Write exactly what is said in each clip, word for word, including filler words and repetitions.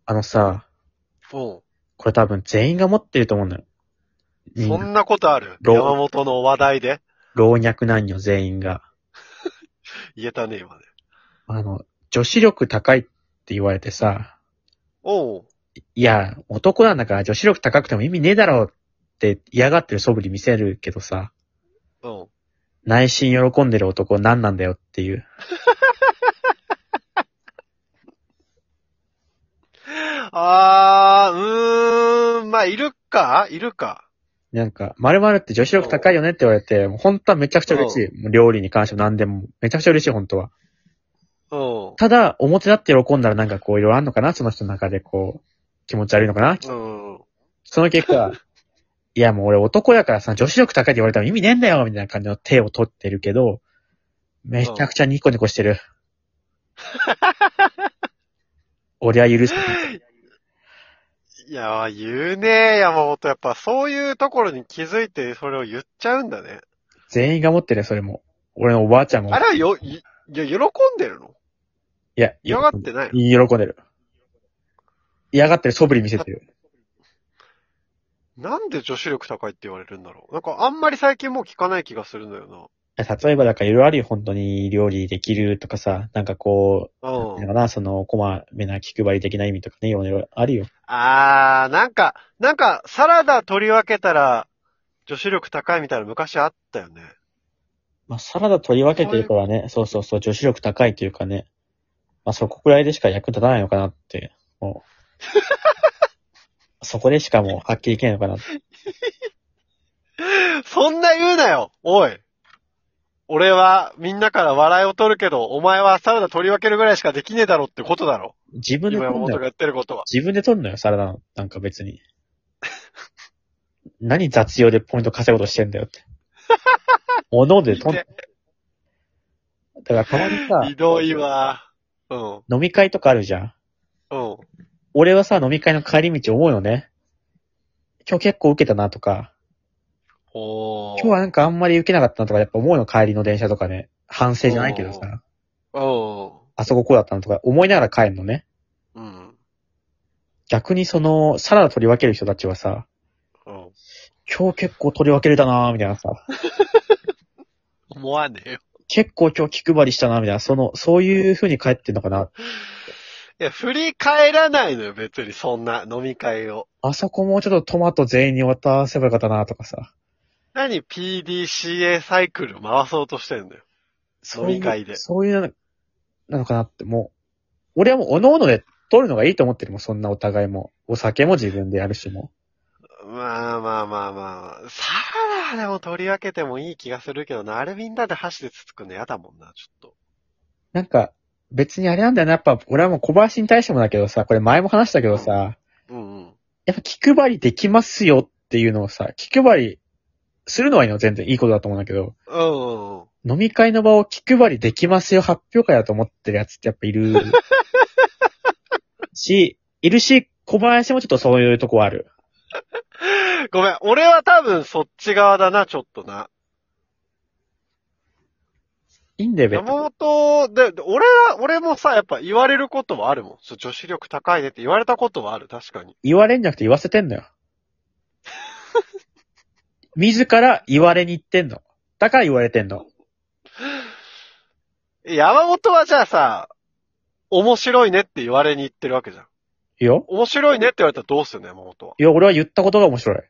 あのさ、 うん。 これ多分全員が持ってると思うのよ。みんなそんなことある？ 老山本の話題で老若男女全員が。 言えたね、今ね。 あの、女子力高いって言われてさ、 おう。 いや、男なんだから女子力高くても意味ねえだろうって嫌がってる素振り見せるけどさ、 うん。 内心喜んでる男何なんだよっていう。 あー、うーん、まあ、いるかいるか。 なんか、〇〇って女子力高いよねって言われて、もう本当はめちゃくちゃ嬉しい。もう料理に関しても何でも、めちゃくちゃ嬉しい、本当は。 うん。 ただ、表立って喜んだらなんかこういろいろあんのかなその人の中でこう、気持ち悪いのかなうん。 その結果、いやもう俺男やからさ、女子力高いって言われたら意味ねえんだよみたいな感じの手を取ってるけど、めちゃくちゃニコニコしてる。俺は許す。 いや、言うね、山本。やっぱそういうところに気づいてそれを言っちゃうんだね。 全員が持ってるよ、それも。俺のおばあちゃんも。 あれはよ、い、いや、喜んでるの？ いや、 嫌がってないの？ 喜んでる。嫌がってる素振り見せてる。 なんで女子力高いって言われるんだろう。なんかあんまり最近もう聞かない気がするんだよ例えばだからいろいろあるよ、本当に料理できるとかさ、なんかこう、 な。 なんていううん。 のかな、その、こまめな気配り的な意味とかね、いろいろあるよ。 あー、なんか、なんか、サラダ取り分けたら、女子力高いみたいなの昔あったよね。 まあ、サラダ取り分けてるからね、そうそうそう、女子力高いというかね、まあ、そこくらいでしか役立たないのかなって、もう、そこでしかもう発揮できないのかな。 そんな言うなよおい。俺はみんなから笑いを取るけど、お前はサラダ取り分けるぐらいしかできねえだろってことだろ。 自分で今山取んのよ。 本がやってることは。 自分で取んのよ、サラダの。なんか別に。何雑用でポイント稼ごうとしてんだよって。おので取ん、だからたまにさ、 ひどいわ。うん。 飲み会とかあるじゃん。 うん。 俺はさ、飲み会の帰り道思うよね。今日結構受けたなとか、 おー。 今日はなんかあんまり受けなかったなとか、やっぱ思うの帰りの電車とかね。反省じゃないけどさ、 うん。 あそここうだったのとか思いながら帰るのね。 うん。 逆にその、サラダ取り分ける人たちはさ、 うん。 今日結構取り分けれたなーみたいなさ、 思わねえよ。 結構今日気配りしたなみたいな、その、そういう風に帰ってんのかな。 いや、振り返らないのよ、別にそんな飲み会を。 あそこもうちょっとトマト全員に渡せばよかったなとかさ。 何 ピーディーシーエー サイクル回そうとしてんだよ。 そういう飲み会でそういうの、なのかなって、もう、俺はもう、おのおので取るのがいいと思ってるもん、そんなお互いも。お酒も自分でやるしも。 まあまあまあまあ。サラダでも取り分けてもいい気がするけどな。あれみんなで箸でつつくの嫌だもんな、ちょっと。 なんか、別にあれなんだよな、やっぱ、俺はもう小林に対してもだけどさ、これ前も話したけどさ、 うんうん。 やっぱ気配りできますよっていうのをさ、気配りするのはいいの、全然いいことだと思うんだけど、 うんうんうん。 飲み会の場を気配りできますよ発表会だと思ってるやつってやっぱいるし、いるし、小林もちょっとそういうとこある。 ごめん、俺は多分そっち側だな、ちょっとな。 いいんだよ、別山に。 本、で、で俺は、俺もさ、やっぱ言われることはあるもん。そう女子力高いねって言われたことはある、確かに。 言われんじゃなくて言わせてんのよ。自ら言われに行ってんの。だから言われてんの。 山本はじゃあさ、面白いねって言われに行ってるわけじゃん。 いいよ。 面白いねって言われたらどうすんの山本は。 いや、俺は言ったことが面白い。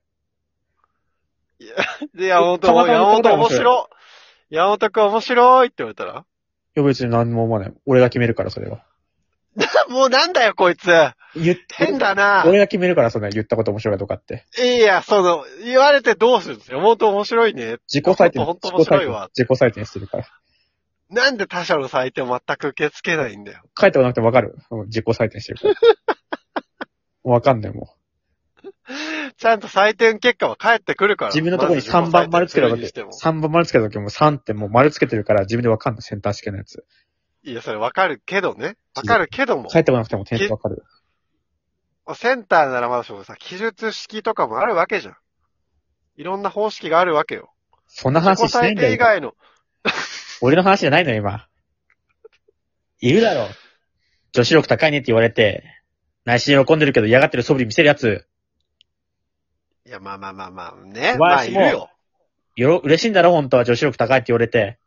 で、山本も、 たまたま言山本ったことが面白い面白い。山本くん面白いって言われたらいや、別に何も思わない。俺が決めるから、それは。 もうなんだよ、こいつ。 言っ変だな。 俺が決めるから、それ言ったこと面白いかどうかって。 いや、その、言われてどうするんですよ。山本面白いね。 自己採点、 本当面白いわ。 自己採点してるから。 なんで他者の採点を全く受け付けないんだよ。 書いてこなくてもわかる。自己採点してるから。わかんないもちゃんと採点結果は返ってくるかん。 ら。 自分のところにさんばん丸つけた時、さんばん丸つけた時もさんってもう丸つけてるから自分でわかんない。センター試験のやつ。 いや、それわかるけどね。わかるけども。 書いてこなくても点数わかる。 センターならまだしもさ、記述式とかもあるわけじゃん。いろんな方式があるわけよ。 そんな話してないんだよ。 自己採点以外の。 俺の話じゃないのよ、今。いるだろう。女子力高いねって言われて、 内心喜んでるけど嫌がってる素振り見せるやつ。 いや、まあまあまあまあ、ね。 小まあ、 林もいるよ。 よろ、嬉しいんだろ本当は女子力高いって言われて。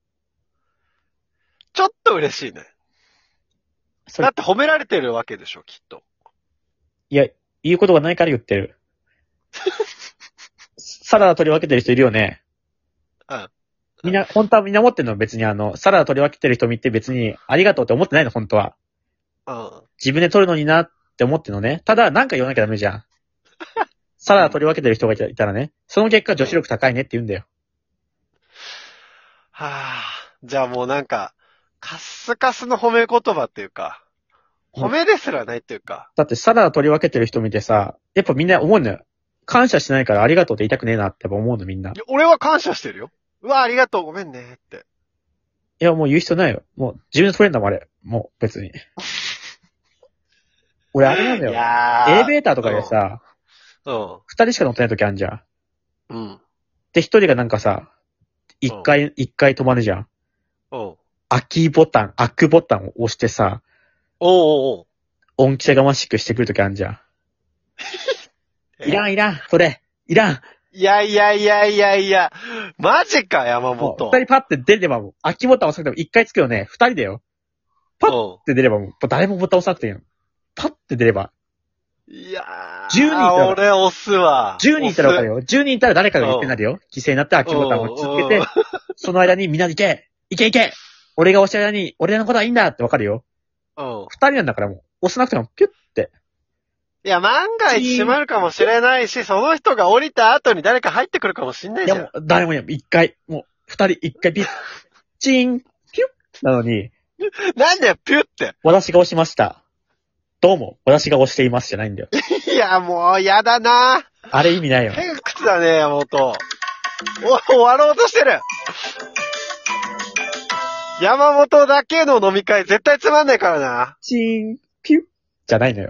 ちょっと嬉しいね。 それだって褒められてるわけでしょ、きっと。 いや、言うことがないから言ってる。サラダ取り分けてる人いるよね。 うん。 みんな、本当はみんな思ってんの別にあの、サラダ取り分けてる人見て別にありがとうって思ってないの本当は。 うん。 自分で取るのになって思ってんのね。ただ、なんか言わなきゃダメじゃん。サラダ取り分けてる人がいたいたらね。その結果女子力高いねって言うんだよ。 はあ、じゃあもうなんか、カッスカスの褒め言葉っていうか、褒めですらないっていうか。 だってサラダ取り分けてる人見てさ、やっぱみんな思うのよ。感謝しないからありがとうって言いたくねえなってやっぱ思うのみんな。いいや俺は感謝してるよ。うわ、ありがとう、ごめんね、って。 やもう言う必要ないよ。もう自分で取れんだもんあれ。もう別に。俺あれなんだいよ。 やーエレベーターとかでさ、 うん。 二人しか乗ってない時あるじゃん。 うん。 で、一人がなんかさ、一回、一回止まるじゃん。 うん。 空きボタン、開くボタンを押してさ、 おうおうおう。 恩着せがましくしてくる時あるじゃん。いらんいらん、それ、いらん。 いやいやいやいやいや、マジか、山もう本。 二人パッて出ればもう、空きボタン押さなくても一回つくよね。二人だよ。パッうって出ればもう、誰もボタン押さなくていいの。パッて出れば。 ん。いやー。 じゅうにんいたら俺押すわ。 じゅうにんいたらわかるよ。じゅうにんいたら誰かが言ってなるよ。犠牲になって空きボタンを続けてうん、 その間にみんなで行け行け行け俺が押した間に、俺のことはいいんだってわかるよ。 うん。 二人なんだからもう、押さなくてもピュッて。 いや、万が一閉まるかもしれないし、その人が降りた後に誰か入ってくるかもしんないじゃん。 いやもう、誰もいない。一回、もう、二人一回ピュッ、チーン、ピュッなのに、 なんだよ、ピュって。 私が押しました。どうも、私が押していますじゃないんだよ。 いや、もう、やだなあれ意味ないよ。 偏屈だね、山本。お、終わろうとしてる。山本だけの飲み会絶対つまんないからな。 チーン、ピュッじゃないのよ。